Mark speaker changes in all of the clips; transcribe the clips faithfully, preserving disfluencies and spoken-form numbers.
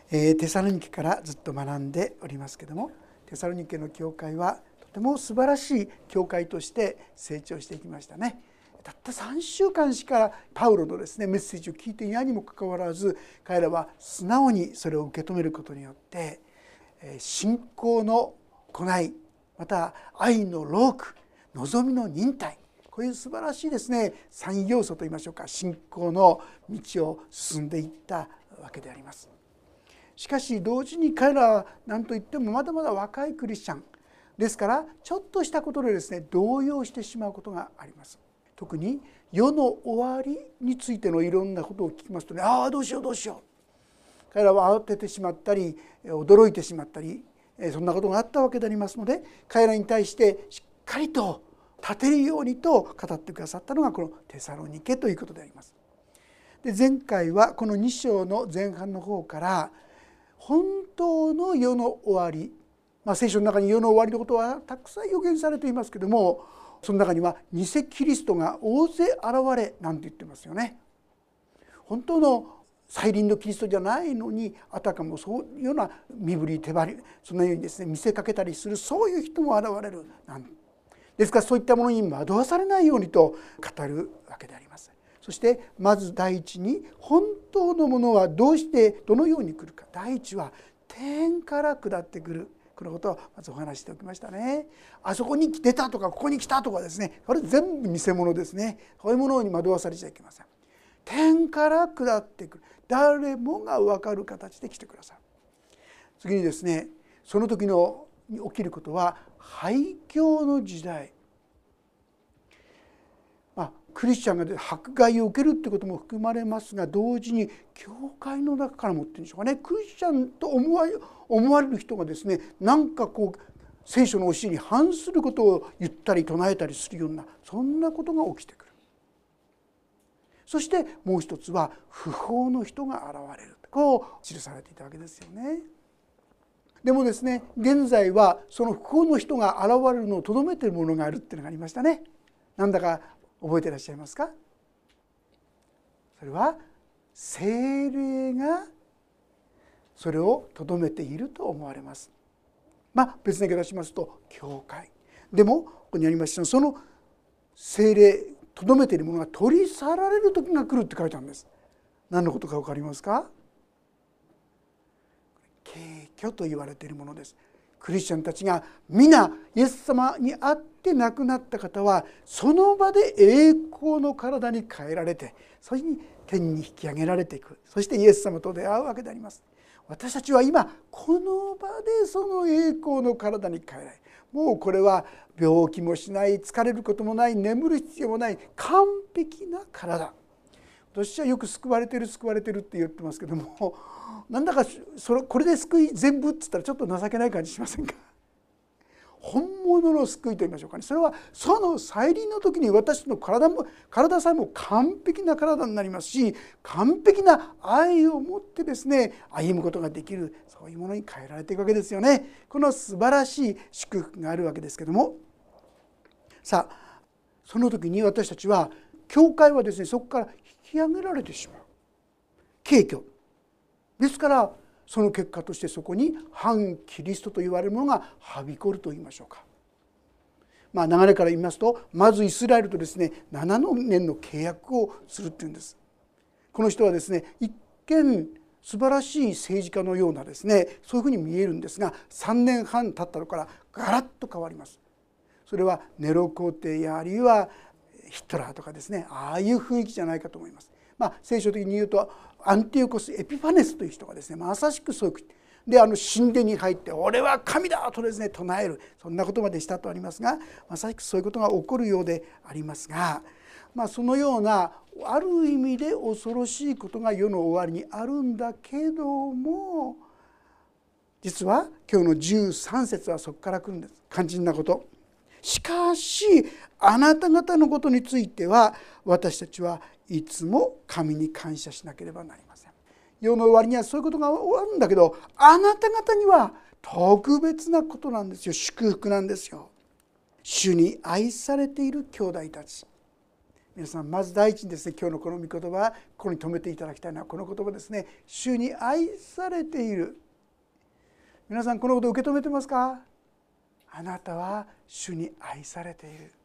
Speaker 1: えー、テサロニケからずっと学んでおりますけども、テサロニケの教会はとても素晴らしい教会として成長していきましたね。たったさんしゅうかんしかパウロのですねメッセージを聞いていないにもかかわらず、彼らは素直にそれを受け止めることによって信仰の行い、また愛の労苦、望みの忍耐、こういう素晴らしいですね三要素といいましょうか、信仰の道を進んでいったわけであります。しかし同時に彼らは何といってもまだまだ若いクリスチャンですから、ちょっとしたことでですね動揺してしまうことがあります。特に世の終わりについてのいろんなことを聞きますとね、ああどうしようどうしよう、彼らは慌ててしまったり驚いてしまったり、そんなことがあったわけでありますので、彼らに対してしっかりと立てるようにと語ってくださったのがこのテサロニケということであります。で、前回はこのに章の前半の方から本当の世の終わり、まあ、聖書の中に世の終わりのことはたくさん予言されていますけども、その中には偽キリストが大勢現れなんて言ってますよね。本当の再臨のキリストじゃないのに、あたかもそういうような身振り手張り、そんなようにですね見せかけたりする、そういう人も現れるなんですから、そういったものに惑わされないようにと語るわけであります。そしてまず第一に、本当のものはどうしてどのように来るか。第一は天から下ってくる、このことをまずお話しておきましたね。あそこに出たとかここに来たとかですね、これ全部偽物ですね。こういうものに惑わされちゃいけません。天から下ってくる、誰もが分かる形で来てくださる。次にですね、その時のに起きることは廃教の時代、まあ、クリスチャンが迫害を受けるということも含まれますが、同時に教会の中からもっていうんでしょうかね、クリスチャンと思われ、思われる人がですね、なんかこう聖書の教えに反することを言ったり唱えたりするような、そんなことが起きてくる。そしてもう一つは不法の人が現れる、こう記されていたわけですよね。でもですね、現在はその不法の人が現れるのをとどめているものがあるっていうのがありましたね。なんだか覚えていらっしゃいますか？それは聖霊がそれをとどめていると思われます。まあ別な言い方しますと教会。でもここにありました、その聖霊とどめているものが取り去られる時が来るって書いてあるんです。何のことか分かりますか？軽挙と言われているものです。クリスチャンたちが皆イエス様に会って亡くなった方は、その場で栄光の体に変えられて、それに天に引き上げられていく。そしてイエス様と出会うわけであります。私たちは今この場でその栄光の体に変えられ、もうこれは病気もしない、疲れることもない、眠る必要もない完璧な体。私はよく救われてる救われてるって言ってますけども、なんだかそれこれで救い全部って言ったらちょっと情けない感じしませんか？本物の救いと言いましょうかね。それはその再臨の時に私の体も体さえも完璧な体になりますし、完璧な愛を持ってですね歩むことができる、そういうものに変えられていくわけですよね。この素晴らしい祝福があるわけですけども、さあその時に私たちは教会はですねそこから引き上げられてしまう。軽挙ですから、その結果としてそこに反キリストと言われるものがはびこると言いましょうか。まあ流れから言いますと、まずイスラエルとですねななねんの契約をするっていうんです。この人はですね一見素晴らしい政治家のようなですねそういうふうに見えるんですが、さんねんはん経ったのからガラッと変わります。それはネロ皇帝やあるいはヒトラーとかですね、ああいう雰囲気じゃないかと思います。まあ、聖書的に言うとアンティオコス・エピファネスという人がですねまさしくそういうで、あの神殿に入って俺は神だとですね唱える、そんなことまでしたとありますが、まさしくそういうことが起こるようでありますが、まあ、そのようなある意味で恐ろしいことが世の終わりにあるんだけども、実は今日のじゅうさん節はそこから来るんです。肝心なこと。しかしあなた方のことについては私たちはいつも神に感謝しなければなりません。世の終わりにはそういうことが終わるんだけど、あなた方には特別なことなんですよ。祝福なんですよ。主に愛されている兄弟たち、 皆さんまず第一にですね、今日のこの御言葉、ここに留めていただきたいのはこの言葉ですね。主に愛されている。皆さんこのことを受け止めてますか？あなたは主に愛されている。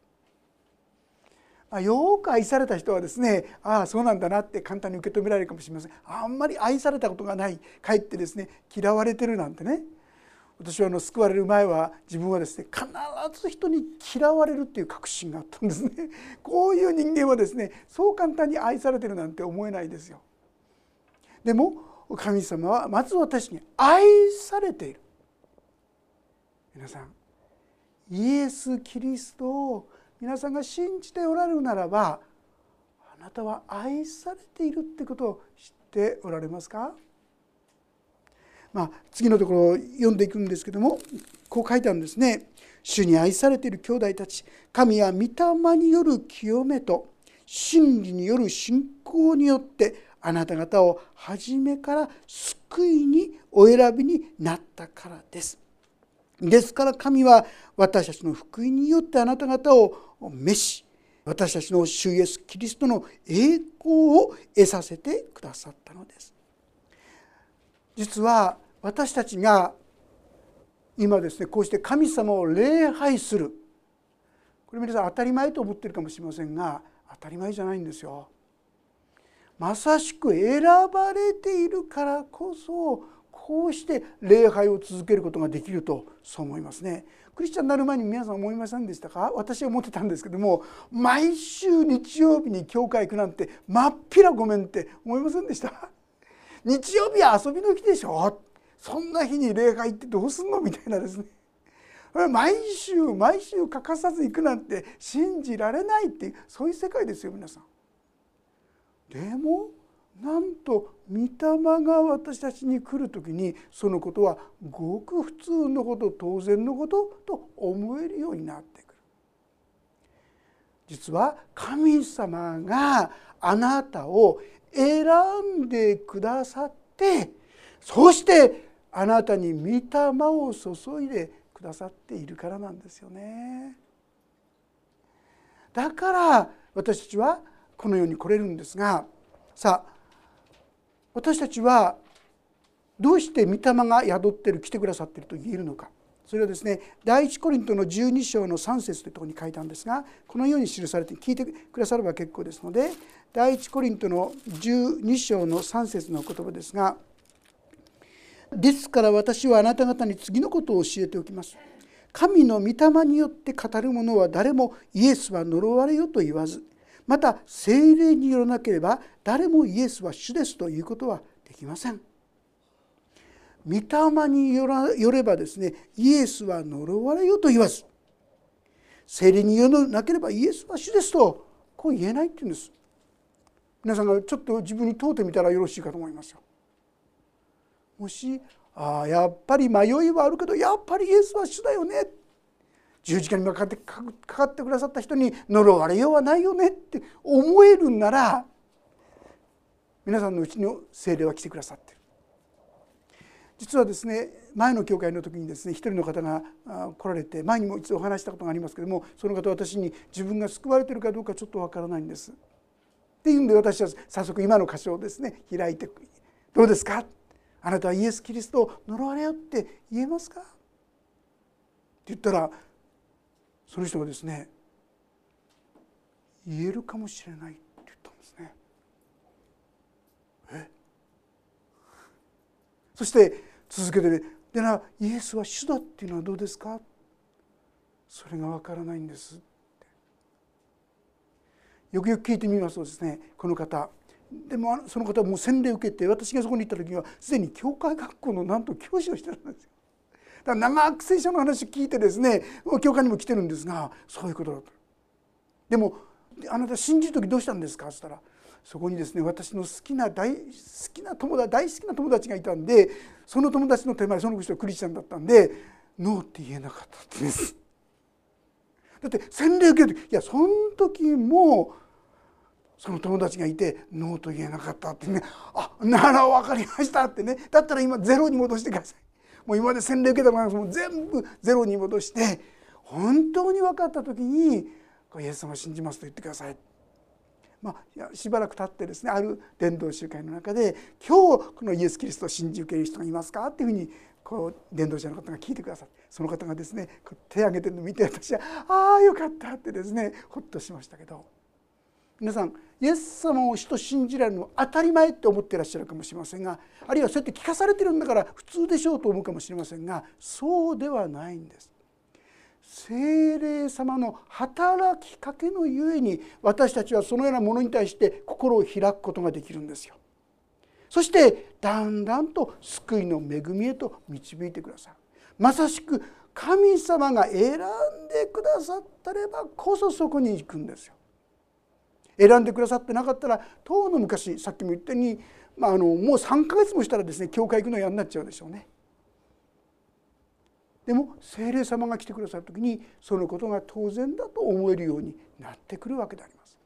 Speaker 1: よく愛された人はですね、ああそうなんだなって簡単に受け止められるかもしれません。あんまり愛されたことがない、かえってですね嫌われてるなんてね。私はあの救われる前は自分はですね必ず人に嫌われるっていう確信があったんですね。こういう人間はですねそう簡単に愛されてるなんて思えないですよ。でも神様はまず私に愛されている。皆さんイエス・キリストを皆さんが信じておられるならば、あなたは愛されているってことを知っておられますか？まあ、次のところを読んでいくんですけども、こう書いてあるんですね。主に愛されている兄弟たち、神は御霊による清めと真理による信仰によってあなた方を初めから救いにお選びになったからです。ですから神は私たちの福音によってあなた方を召し、私たちの主イエスキリストの栄光を得させてくださったのです。実は私たちが今ですねこうして神様を礼拝する、これ皆さん当たり前と思っているかもしれませんが、当たり前じゃないんですよ。まさしく選ばれているからこそこうして礼拝を続けることができると、そう思いますね。クリスチャンになる前に皆さん思いませんでしたか？私は思ってたんですけども、毎週日曜日に教会行くなんてまっぴらごめんって思いませんでした？日曜日は遊びの日でしょ、そんな日に礼拝ってどうすんのみたいなですね、毎週毎週欠かさず行くなんて信じられないっていう、そういう世界ですよ皆さん。でもなんと御霊が私たちに来る時にそのことはごく普通のこと、当然のことと思えるようになってくる。実は神様があなたを選んでくださって、そしてあなたに御霊を注いでくださっているからなんですよね。だから私たちはこの世に来れるんですが、さあ私たちはどうして御霊が宿っている、来てくださっていると言えるのか。それはですね、第一コリントのじゅうに章のさん節というところに書いたんですが、このように記されて、聞いてくだされば結構ですので、第一コリントのじゅうに章のさん節の言葉ですが、ですから私はあなた方に次のことを教えておきます。神の御霊によって語る者は誰もイエスは呪われよと言わず、また聖霊によらなければ誰もイエスは主ですということはできません。御霊によらよればですね、イエスは呪われよと言わず、聖霊によらなければイエスは主ですとこう言えないっていうんです。皆さんがちょっと自分に問うてみたらよろしいかと思いますよ。もしああやっぱり迷いはあるけど、やっぱりイエスは主だよね、十字架にかかって、かかってくださった人に呪われようはないよねって思えるなら、皆さんのうちの聖霊は来てくださっている。実はですね、前の教会の時にですね、一人の方が来られて、前にも一度お話したことがありますけれども、その方は私に自分が救われているかどうかちょっとわからないんですっていうんで、私は早速今の箇所をですね開いて、どうですか、あなたはイエス・キリストを呪われよって言えますかって言ったら、その人がですね、言えるかもしれないって言ったんですね。えそして続けて、ね、でなイエスは主だっていうのはどうですか、それがわからないんですって。よくよく聞いてみますとですね、この方でもその方はもう洗礼を受けて、私がそこに行った時にはすでに教会学校のなんと教師をしてるんですよ。だから長く聖書の話を聞いてですね、教会にも来てるんですが、そういうことだと。でもあなた信じる時どうしたんですかって言ったら、そこにですね私の好きな大好きな友達大好きな友達がいたんで、その友達の手前、その人はクリスチャンだったんでノーって言えなかったって言うんです。だって洗礼受ける時、いやその時もその友達がいてノーと言えなかったってね、あなら分かりましたってね、だったら今ゼロに戻してください、もう今まで洗礼受けたものも全部ゼロに戻して、本当に分かった時にイエス様を信じますと言ってください。 まあ、しばらく経ってですね、ある伝道集会の中で今日このイエス・キリストを信じ受ける人がいますかっていうふうにこう伝道者の方が聞いてくださって、その方がですね手を挙げてるのを見て、私はああよかったってですねほっとしましたけど、皆さんイエス様を主と信じられるのは当たり前って思っていらっしゃるかもしれませんが、あるいはそうやって聞かされてるんだから普通でしょうと思うかもしれませんが、そうではないんです。聖霊様の働きかけのゆえに私たちはそのようなものに対して心を開くことができるんですよ。そしてだんだんと救いの恵みへと導いてくださる。まさしく神様が選んでくださったればこそそこに行くんですよ。選んでくださってなかったら、とうの昔さっきも言ったように、まあ、あのもうさんかげつもしたらですね教会行くの嫌になっちゃうでしょうね。でも聖霊様が来てくださる時にそのことが当然だと思えるようになってくるわけであります。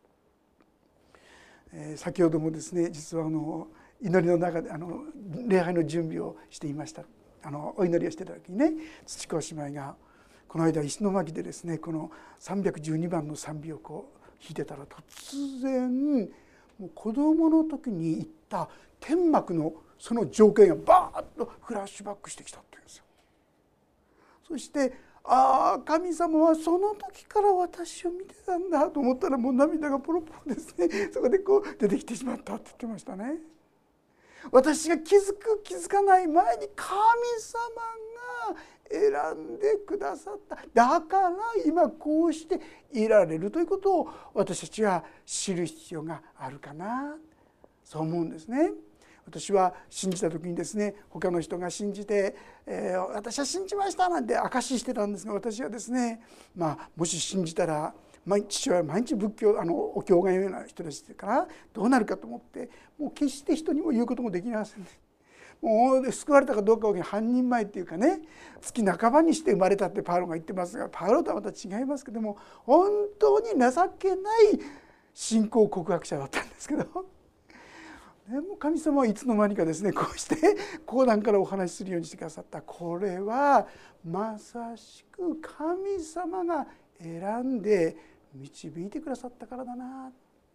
Speaker 1: えー、先ほどもですね、実はあの祈りの中であの礼拝の準備をしていました。あのお祈りをしていた時にね、土子姉妹がこの間石巻でですねこのさんびゃくじゅうにばんの賛美をこう弾いてたら、突然もう子供の時に言った天幕のその情景がバーッとフラッシュバックしてきたって言うんですよ。そしてああ神様はその時から私を見てたんだと思ったら、もう涙がポロポロですねそこでこう出てきてしまったって言ってましたね。私が気づく気づかない前に神様が選んでくださった。だから今こうしていられるということを私たちは知る必要があるかな、そう思うんですね。私は信じた時にですね、他の人が信じて、えー、私は信じましたなんて証ししてたんですが、私はですね、まあ、もし信じたら父親は毎日仏教あのお経が言うような人ですからどうなるかと思って、もう決して人にも言うこともできませんね。もう救われたかどうかは半人前っていうかね、月半ばにして生まれたってパウロが言ってますが、パウロとはまた違いますけども、本当に情けない信仰告白者だったんですけど、でも神様はいつの間にかですねこうして講談からお話しするようにしてくださった。これはまさしく神様が選んで導いてくださったからだな。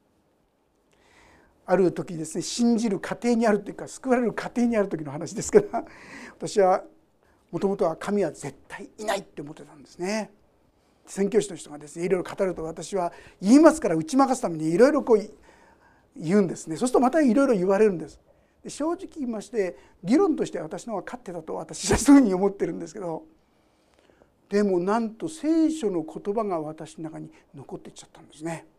Speaker 1: ある時ですね、信じる過程にあるというか救われる過程にある時の話ですから、私はもともとは神は絶対いないって思ってたんですね。宣教師の人がですねいろいろ語ると、私は言いますから打ち負かすためにいろいろこう言うんですね。そうするとまたいろいろ言われるんです。で正直言いまして、議論として私の方が勝ってたと私はそういうふうに思ってるんですけど、でもなんと聖書の言葉が私の中に残っていっちゃったんですね。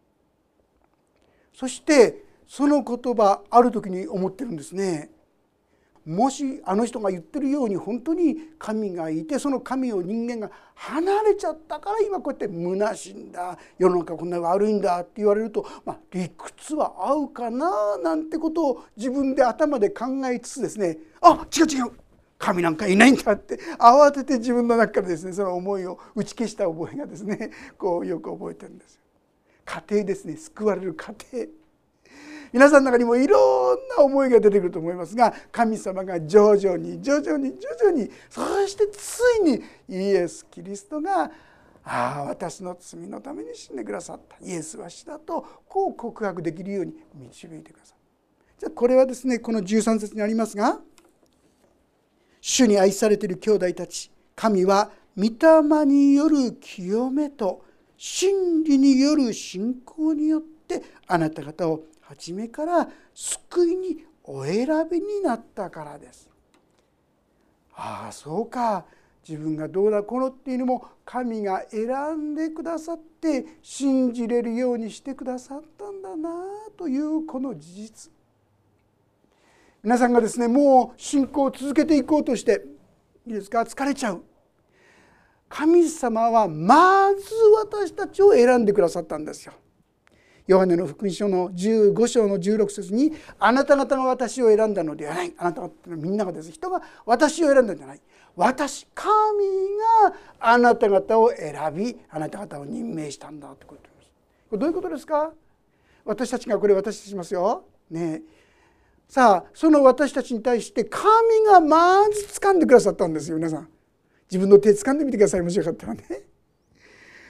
Speaker 1: そしてその言葉ある時に思ってるんですね。もしあの人が言ってるように本当に神がいて、その神を人間が離れちゃったから今こうやって虚しいんだ、世の中こんな悪いんだって言われると、まあ、理屈は合うかななんてことを自分で頭で考えつつですね、あ違う違う神なんかいないんだって慌てて自分の中からですねその思いを打ち消した覚えがですねこうよく覚えてるんですよ。過程ですね、救われる過程。皆さんの中にもいろんな思いが出てくると思いますが、神様が徐々に徐々に徐々に、そしてついにイエス・キリストがああ私の罪のために死んでくださった、イエスは死だとこう告白できるように導いてくださった。じゃあこれはですねこのじゅうさん節にありますが、主に愛されている兄弟たち、神は御霊による清めと真理による信仰によってあなた方を初めから救いにお選びになったからです。ああそうか、自分がどうだこのっていうのも神が選んでくださって信じれるようにしてくださったんだなというこの事実。皆さんがですねもう信仰を続けていこうとしていいですか、疲れちゃう。神様はまず私たちを選んでくださったんですよ。ヨハネの福音書のじゅうご章のじゅうろく節に、あなた方が私を選んだのではない。あなた方みんながです、人が私を選んだんじゃない。私神があなた方を選び、あなた方を任命したんだということです。これどういうことですか。私たちがこれ私たちしますよ。ねえ。さあその私たちに対して神がまず掴んでくださったんですよ。皆さん自分の手掴んでみてください、もしよかったらね。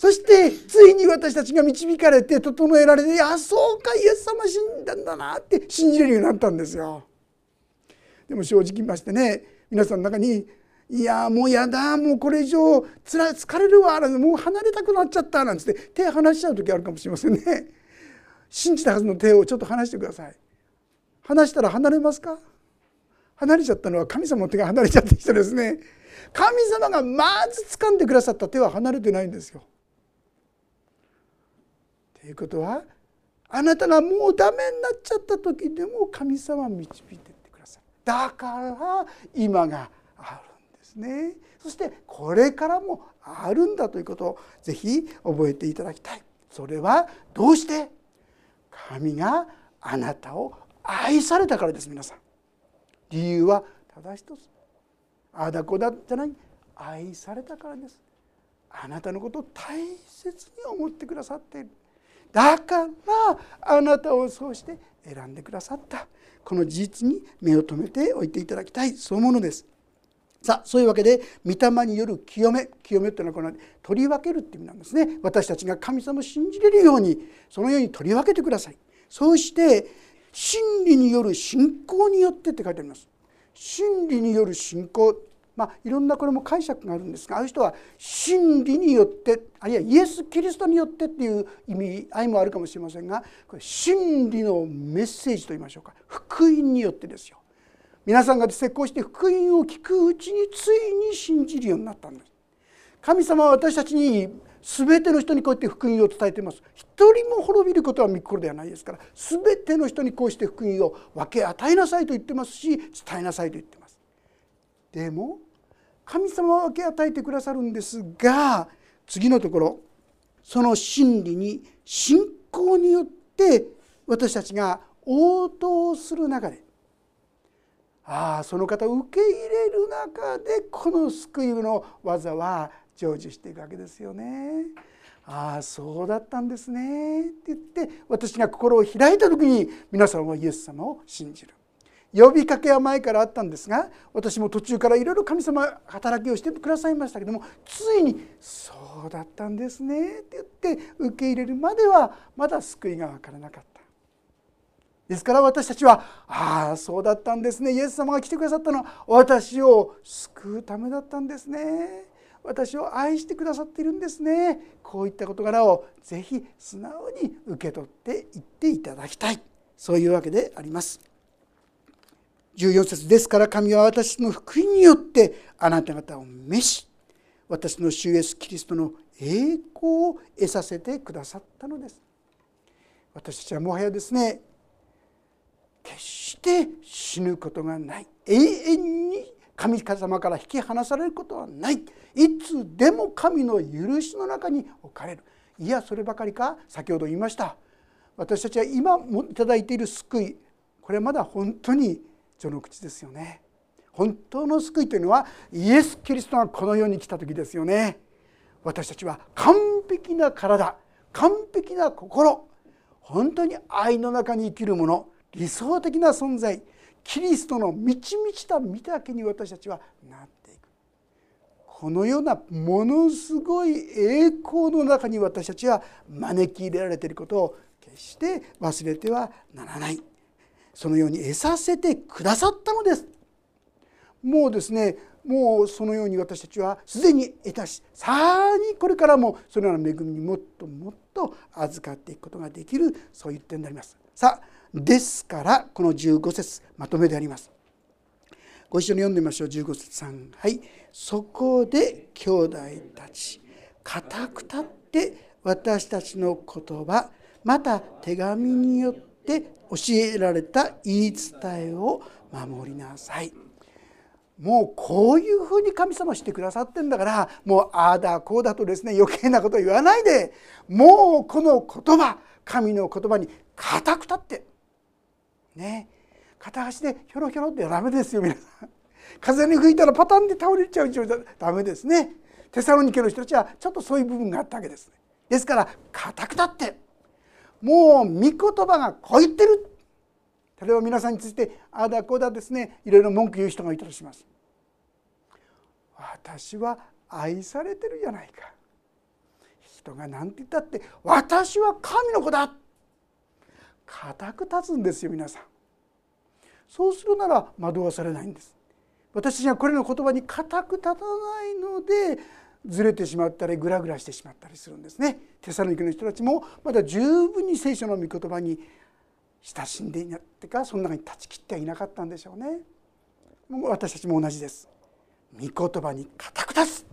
Speaker 1: そしてついに私たちが導かれて整えられて、いやそうかイエス様死んだんだなって信じれるようになったんですよ。でも正直言いましてね、皆さんの中にいやもうやだ、もうこれ以上つら疲れるわ、もう離れたくなっちゃったなんつって手離しちゃう時あるかもしれませんね。信じたはずの手をちょっと離してください。離したら離れますか？離れちゃったのは神様の手が離れちゃった人ですね。神様がまず掴んでくださった手は離れてないんですよ。ということは、あなたがもうダメになっちゃった時でも神様は導いていってくださる。だから今があるんですね。そしてこれからもあるんだということをぜひ覚えていただきたい。それはどうして？神があなたを愛されたからです。皆さん、理由はただ一つ、ああだこうだじゃない、愛されたからです。あなたのことを大切に思ってくださっている。だからあなたをそうして選んでくださった。この事実に目を留めておいていただきたい、そういうものです。さあ、そういうわけで御霊による清め、清めというのはこの取り分けるっていう意味なんですね。私たちが神様を信じれるように、そのように取り分けてください。そうして真理による信仰によってって書いてあります。真理による信仰、まあいろんなこれも解釈があるんですが、ある人は真理によって、あるいはイエス・キリストによってっていう意味合いもあるかもしれませんが、これ真理のメッセージといいましょうか、福音によってですよ。皆さんがですね、こうして福音を聞くうちについに信じるようになったんです。神様は私たちに全ての人にこうやって福音を伝えています。一人も滅びることは御心ではないですから、全ての人にこうして福音を分け与えなさいと言ってますし、伝えなさいと言ってます。でも神様は分け与えてくださるんですが、次のところ、その真理に信仰によって私たちが応答する中で、ああその方を受け入れる中でこの救いの技は成就していくわけですよね。ああそうだったんですねって言って、私が心を開いた時に皆さんはイエス様を信じる。呼びかけは前からあったんですが、私も途中からいろいろ神様働きをしてくださいましたけども、ついにそうだったんですねって言って受け入れるまではまだ救いが分からなかった。ですから私たちは、ああそうだったんですね、イエス様が来てくださったのは私を救うためだったんですね、私を愛してくださっているんですね、こういった事柄をぜひ素直に受け取っていっていただきたい、そういうわけであります。じゅうよん節、ですから神は私の福音によってあなた方を召し、私の主イエスキリストの栄光を得させてくださったのです。私たちはもはやですね、決して死ぬことがない、永遠に神様から引き離されることはない、いつでも神の許しの中に置かれる。いやそればかりか、先ほど言いました、私たちは今もいただいている救い、これはまだ本当に序の口ですよね。本当の救いというのはイエス・キリストがこの世に来た時ですよね。私たちは完璧な体、完璧な心、本当に愛の中に生きるもの、理想的な存在、キリストの満ち満ちた御岳に私たちはなっていく。このようなものすごい栄光の中に私たちは招き入れられていることを決して忘れてはならない。そのように得させてくださったのです。もうですね、もうそのように私たちはすでに得たし、さらにこれからもそのような恵みにもっともっと預かっていくことができる、そういう点になります。さあですからこのじゅうご節まとめであります。ご一緒に読んでみましょう。じゅうご節さん、はい。そこで兄弟たち、固く立って私たちの言葉、また手紙によって教えられた言い伝えを守りなさい。もうこういうふうに神様してくださってんだから、もうああだこうだとですね、余計なことを言わないで、もうこの言葉、神の言葉に固く立ってね、片足でひょろひょろってダメですよ皆さん。風に吹いたらパタンで倒れちゃうじゃダメですね。テサロニケの人たちはちょっとそういう部分があったわけです。ですから固く立って、もう御言葉がこう言ってる。例えば皆さんについてああだこうだですね、いろいろ文句言う人がいたとします。私は愛されてるじゃないか、 人が何て言ったって私は神の子だ、固く立つんですよ皆さん。そうするなら惑わされないんです。私たちはこれの言葉に固く立たないのでずれてしまったりグラグラしてしまったりするんですね。テサロニケの人たちもまだ十分に聖書の御言葉に親しんでいなってか、その中に断ち切ってはいなかったんでしょうね。もう私たちも同じです。御言葉に固く立つ。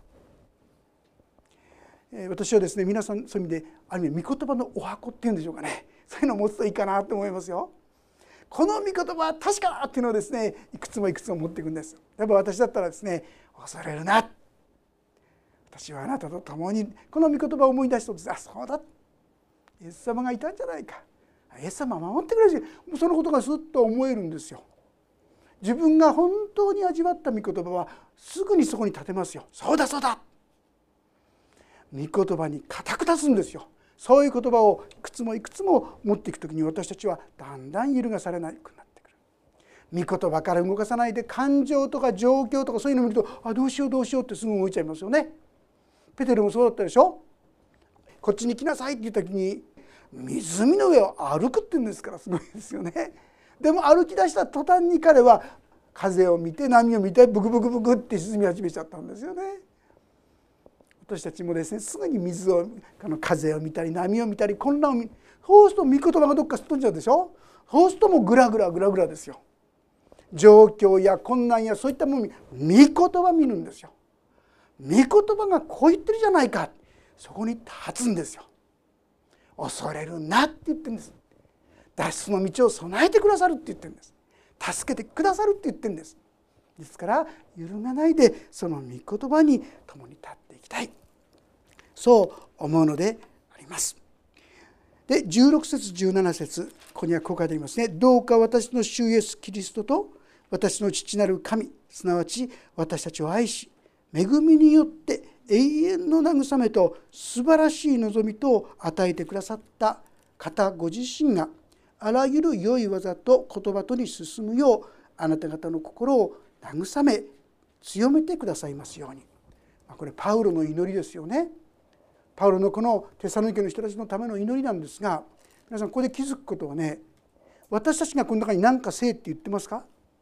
Speaker 1: 私はですね、皆さんそういう意味である意味御言葉のお箱っていうんでしょうかね、そういうのを持つといいかなと思いますよ。この御言葉は確かだっていうのをですね、いくつもいくつも持っていくんです。例えば私だったらですね、恐れるな、私はあなたと共に、この御言葉を思い出すとですね、あ、そうだ、イエス様がいたんじゃないか、イエス様は守ってくれるし、そのことがすっと思えるんですよ。自分が本当に味わった御言葉はすぐにそこに立てますよ。そうだそうだ、御言葉に固く立つんですよ。そういう言葉をいくつもいくつも持っていくときに、私たちはだんだん揺るがされなくなってくる。御言葉から動かさないで感情とか状況とかそういうのを見ると、あ、どうしようどうしようってすぐ動いちゃいますよね。ペテロもそうだったでしょ。こっちに来なさいって言った時に湖の上を歩くって言うんですから、すごいですよね。でも歩き出した途端に彼は風を見て波を見てブクブクブクって沈み始めちゃったんですよね。私たちもですね、すぐに水を、風を見たり波を見たり混乱を見、そうすると御言葉がどっかすっ飛んじゃうでしょ。そうするともうグラグラグラグラですよ。状況や困難やそういったものに御言葉見るんですよ。御言葉がこう言ってるじゃないか、そこに立つんですよ。恐れるなって言ってるんです。脱出の道を備えてくださるって言ってるんです。助けてくださるって言ってるんです。ですから揺るがないでその御言葉に共に立っていきたい、そう思うのであります。でじゅうろく節じゅうなな節、ここにはこう書いてありますね。どうか私の主イエスキリストと私の父なる神、すなわち私たちを愛し、恵みによって永遠の慰めと素晴らしい望みと与えてくださった方ご自身が、あらゆる良い技と言葉とに進むようあなた方の心を慰め強めてくださいますように。これパウロの祈りですよね。パウロのこのテサロニケの人たちのための祈りなんですが、皆さんここで気づくことはね、私たちがこの中に何かせえって言ってますか？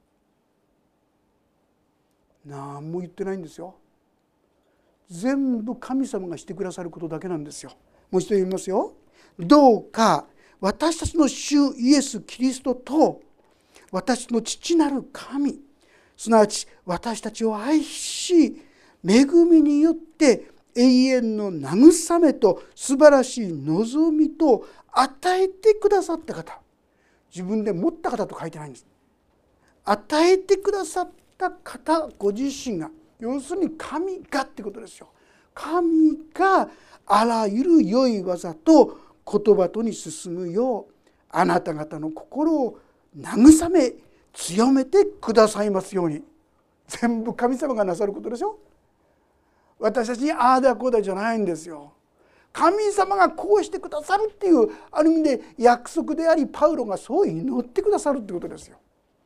Speaker 1: 何も言ってないんですよ。全部神様がしてくださることだけなんですよ。もう一度言いますよ。どうか私たちの主イエス・キリストと私の父なる神、すなわち私たちを愛し、恵みによって永遠の慰めと素晴らしい望みと与えてくださった方、自分で持った方と書いてないんです。与えてくださった方ご自身が、要するに神がってことですよ。神があらゆる良い技と言葉とに進むようあなた方の心を慰め強めてくださいますように。全部神様がなさることでしょ。私たちにああだこうだじゃないんですよ。神様がこうしてくださるっていうある意味で約束であり、パウロがそう祈ってくださるってことですよ。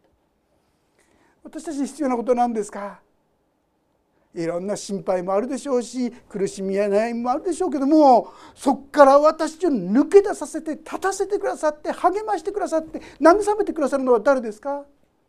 Speaker 1: 私たちに必要なことは何ですか？いろんな心配もあるでしょうし、苦しみや悩みもあるでしょうけども、そこから私たちを抜け出させて立たせてくださって励ましてくださって慰めてくださるのは誰ですか？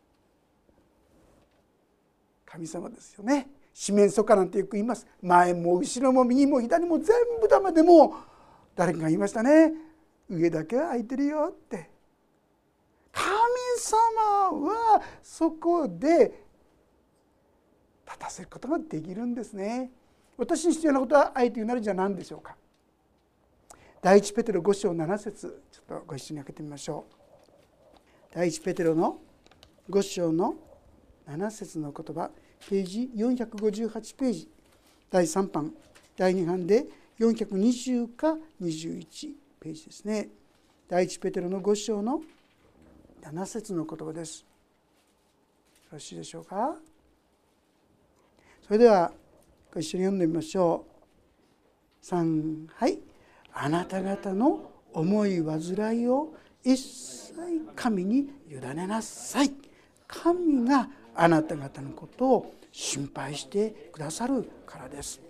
Speaker 1: 神様ですよね。四面楚歌なんてよく言います。前も後ろも右も左も全部ダメでも、誰かが言いましたね、上だけは空いてるよって。神様はそこで立たせることができるんですね。私に必要なことはあえて言うならじゃあ何でしょうか。第一ペテロご章なな節、ちょっとご一緒に開けてみましょう。第一ペテロのご章のなな節の言葉、ページよんひゃくごじゅうはちページ、だいさん版だいに版でよんひゃくにじゅうかにじゅういちページですね。第一ペテロのご章のなな節の言葉です。よろしいでしょうか。それではご一緒に読んでみましょう。さん、はい。あなた方の思い煩いを一切神に委ねなさい。神があなた方のことを心配してくださるからです。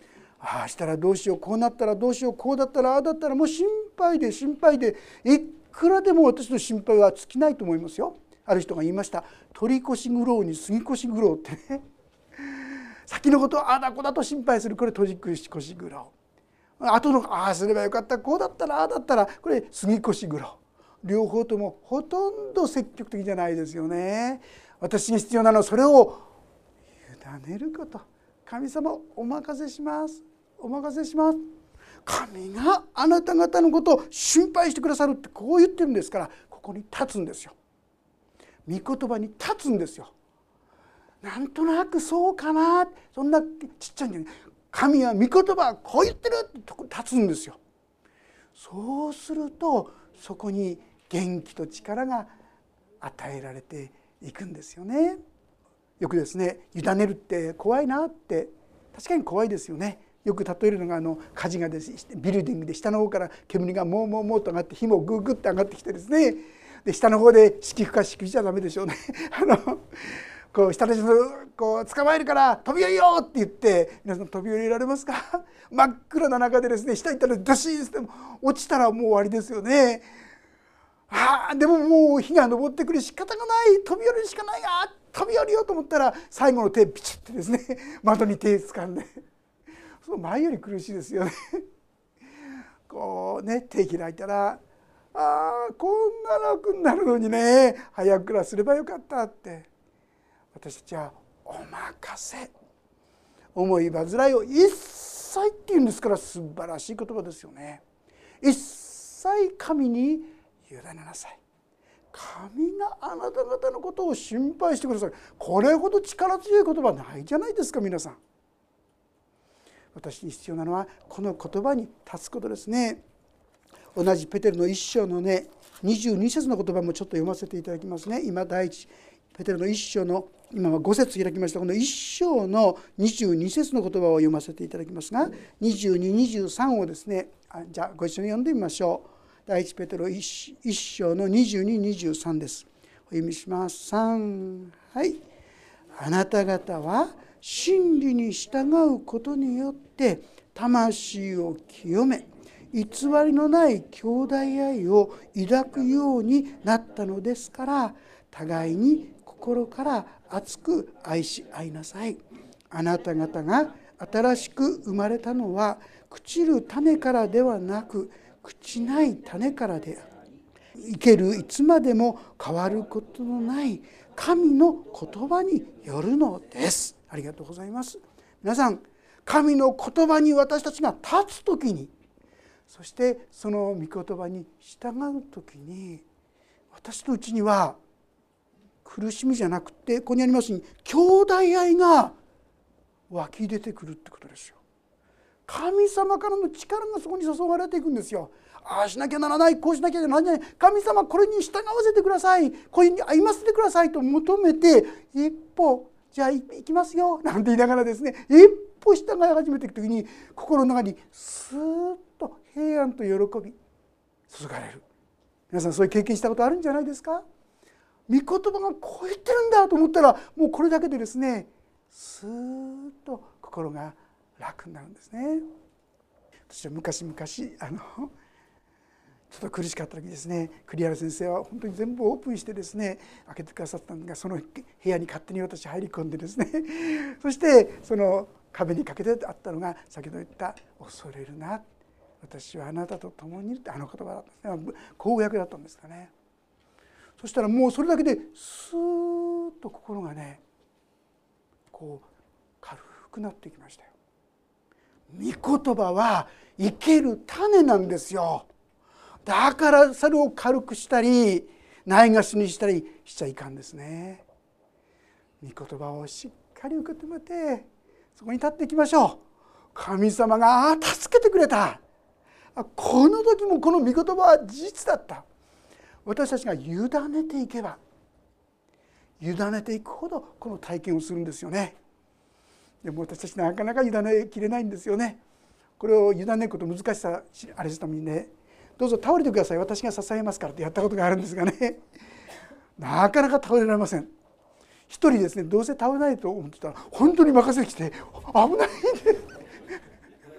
Speaker 1: ああしたらどうしよう、こうなったらどうしよう、こうだったらああだったら、もう心配で心配で、いくらでも私の心配は尽きないと思いますよ。ある人が言いました。取り越し苦労に杉越苦労ってね。先のことをああだこうだと心配する、これ取り越し苦労。後のああすればよかった、こうだったらああだったら、これ杉越苦労。両方ともほとんど積極的じゃないですよね。私に必要なのはそれを委ねること。神様お任せします、お任せします。神があなた方のことを心配してくださるってこう言ってるんですから、ここに立つんですよ。御言葉に立つんですよ。なんとなくそうかな、そんなちっちゃいんじゃない。神は御言葉はこう言ってるってとこに立つんですよ。そうするとそこに元気と力が与えられていくんですよね。よくですね、委ねるって怖いなって、確かに怖いですよね。よく例えるのがあの火事がです、ビルディングで下の方から煙がもうもうもうと上がって、火もグーグッと上がってきてですね、で下の方で敷くか敷くじゃダメでしょうね。あのこう下の人こう捕まえるから飛び降りようって言って、皆さん飛び降りられますか？真っ暗な中でですね、下行ったらドシーンって落ちたらもう終わりですよね。ああでももう火が昇ってくる、仕方がない、飛び降りるしかない、あ飛び降りようと思ったら最後の手ピチッてですね、窓に手掴んで、その前より苦しいですよね。こうね、手開いたら、ああこんな楽になるのにね、早くからすればよかったって。私たちはお任せ、思い煩いを一切っていうんですから、素晴らしい言葉ですよね。一切神に委ねなさい。神があなた方のことを心配してください。これほど力強い言葉ないじゃないですか皆さん。私に必要なのはこの言葉に立つことですね。同じペテルの一章のねにじゅうに節の言葉もちょっと読ませていただきますね。今第一ペテルの一章の今はご節開きました。この一章のにじゅうに節の言葉を読ませていただきますが、にじゅうに、にじゅうさんをですね、あじゃあご一緒に読んでみましょう。第一ペテロ一章のにじゅうに、にじゅうさんです。お読みします。さん、はい。あなた方は真理に従うことによって魂を清め、偽りのない兄弟愛を抱くようになったのですから、互いに心から熱く愛し合いなさい。あなた方が新しく生まれたのは朽ちる種からではなく、朽ちない種からである。生けるいつまでも変わることのない神の言葉によるのです。ありがとうございます。皆さん、神の言葉に私たちが立つときに、そしてその御言葉に従うときに、私のうちには苦しみじゃなくて、ここにありますように兄弟愛が湧き出てくるってことですよ。神様からの力がそこに注がれていくんですよ。ああしなきゃならない、こうしなきゃならない、神様これに従わせてください、これに歩ませてくださいと求めて、一歩じゃあ行きますよなんて言いながらですね、一歩従い始めていくときに、心の中にスーッと平安と喜び注がれる。皆さんそういう経験したことあるんじゃないですか。御言葉がこう言ってるんだと思ったら、もうこれだけでですね、スーッと心が楽になるんですね。私は昔々あのちょっと苦しかった時ですね、栗原先生は本当に全部オープンしてですね開けてくださったんですが、その部屋に勝手に私入り込んでですね、そしてその壁にかけてあったのが先ほど言った「恐れるな、私はあなたと共にいる」ってあの言葉だったんですね。公約だったんですかね。そしたらもうそれだけでスーッと心がねこう軽くなってきましたよ。御言葉は生ける種なんですよ。だからそれを軽くしたりないがしにしたりしちゃいかんですね。御言葉をしっかり受け止めてそこに立っていきましょう。神様が助けてくれた、この時もこの御言葉は事実だった。私たちが委ねていけば委ねていくほどこの体験をするんですよね。でも私たちなかなか委ねきれないんですよね。これを委ねること難しさあれするためにね、どうぞ倒れてください、私が支えますからってやったことがあるんですがね、なかなか倒れられません。一人ですね、どうせ倒れないと思ってたら本当に任せてきて危ないんで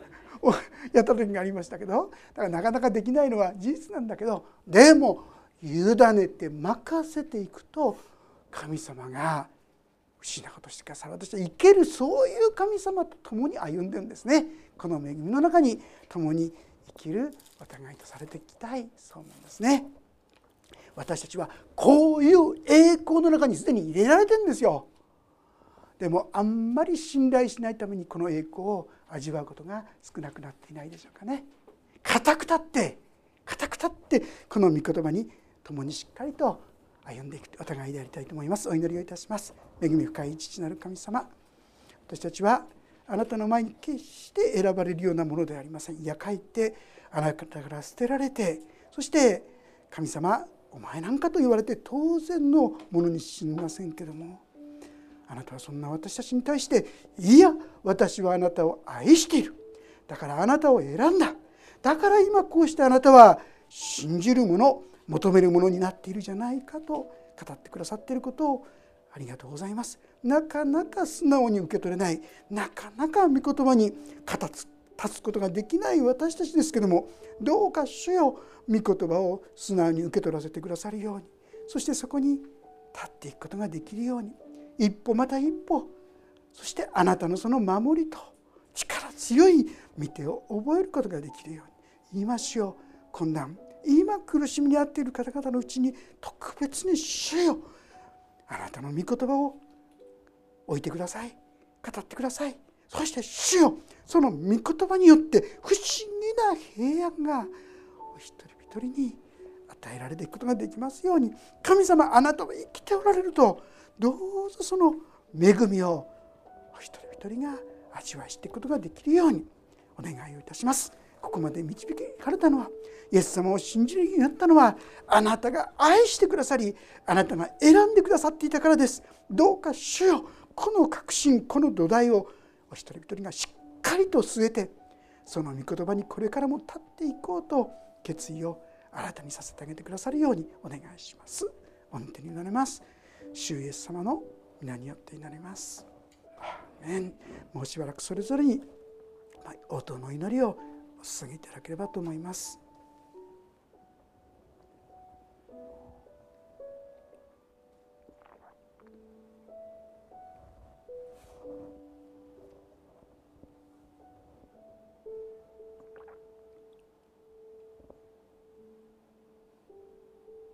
Speaker 1: やった時がありましたけど、だからなかなかできないのは事実なんだけど、でも委ねて任せていくと神様が不思議なことしてくださる。私は生けるそういう神様と共に歩んでるんですね。この恵みの中に共に生きるお互いとされていきたい、そう思うんですね。私たちはこういう栄光の中にすでに入れられてるんですよ。でもあんまり信頼しないためにこの栄光を味わうことが少なくなっていないでしょうかね。固く立って固く立ってこの御言葉に共にしっかりと歩んでいくお互いでやりたいと思います。お祈りをいたします。恵み深い父なる神様、私たちはあなたの前に決して選ばれるようなものではありません。いやかえってあなたから捨てられて、そして神様お前なんかと言われて当然のものにしませんけども、あなたはそんな私たちに対して、いや私はあなたを愛している、だからあなたを選んだ、だから今こうしてあなたは信じるもの求めるものになっているじゃないかと語ってくださっていることをありがとうございます。なかなか素直に受け取れない、なかなか御言葉に肩立つことができない私たちですけども、どうか主よ御言葉を素直に受け取らせてくださるように、そしてそこに立っていくことができるように、一歩また一歩、そしてあなたのその守りと力強い御手を覚えることができるように、今主よ困難、今苦しみに遭っている方々のうちに特別に主よあなたの御言葉を置いてください、語ってください。そして主よその御言葉によって不思議な平安がお一人一人に与えられていくことができますように、神様あなたは生きておられると、どうぞその恵みをお一人一人が味わいしていくことができるようにお願いをいたします。ここまで導かれたのは、イエス様を信じるようになったのは、あなたが愛してくださり、あなたが選んでくださっていたからです。どうか主よこの確信、この土台をお一人一人がしっかりと据えて、その御言葉にこれからも立っていこうと決意を新たにさせてあげてくださるようにお願いします。御手に祈れます。主イエス様の皆によって祈ります。アーメン。もうしばらくそれぞれに応答の祈りをお捧げいただければと思います。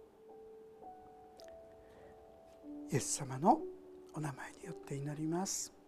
Speaker 1: イエス様のお名前によって祈ります。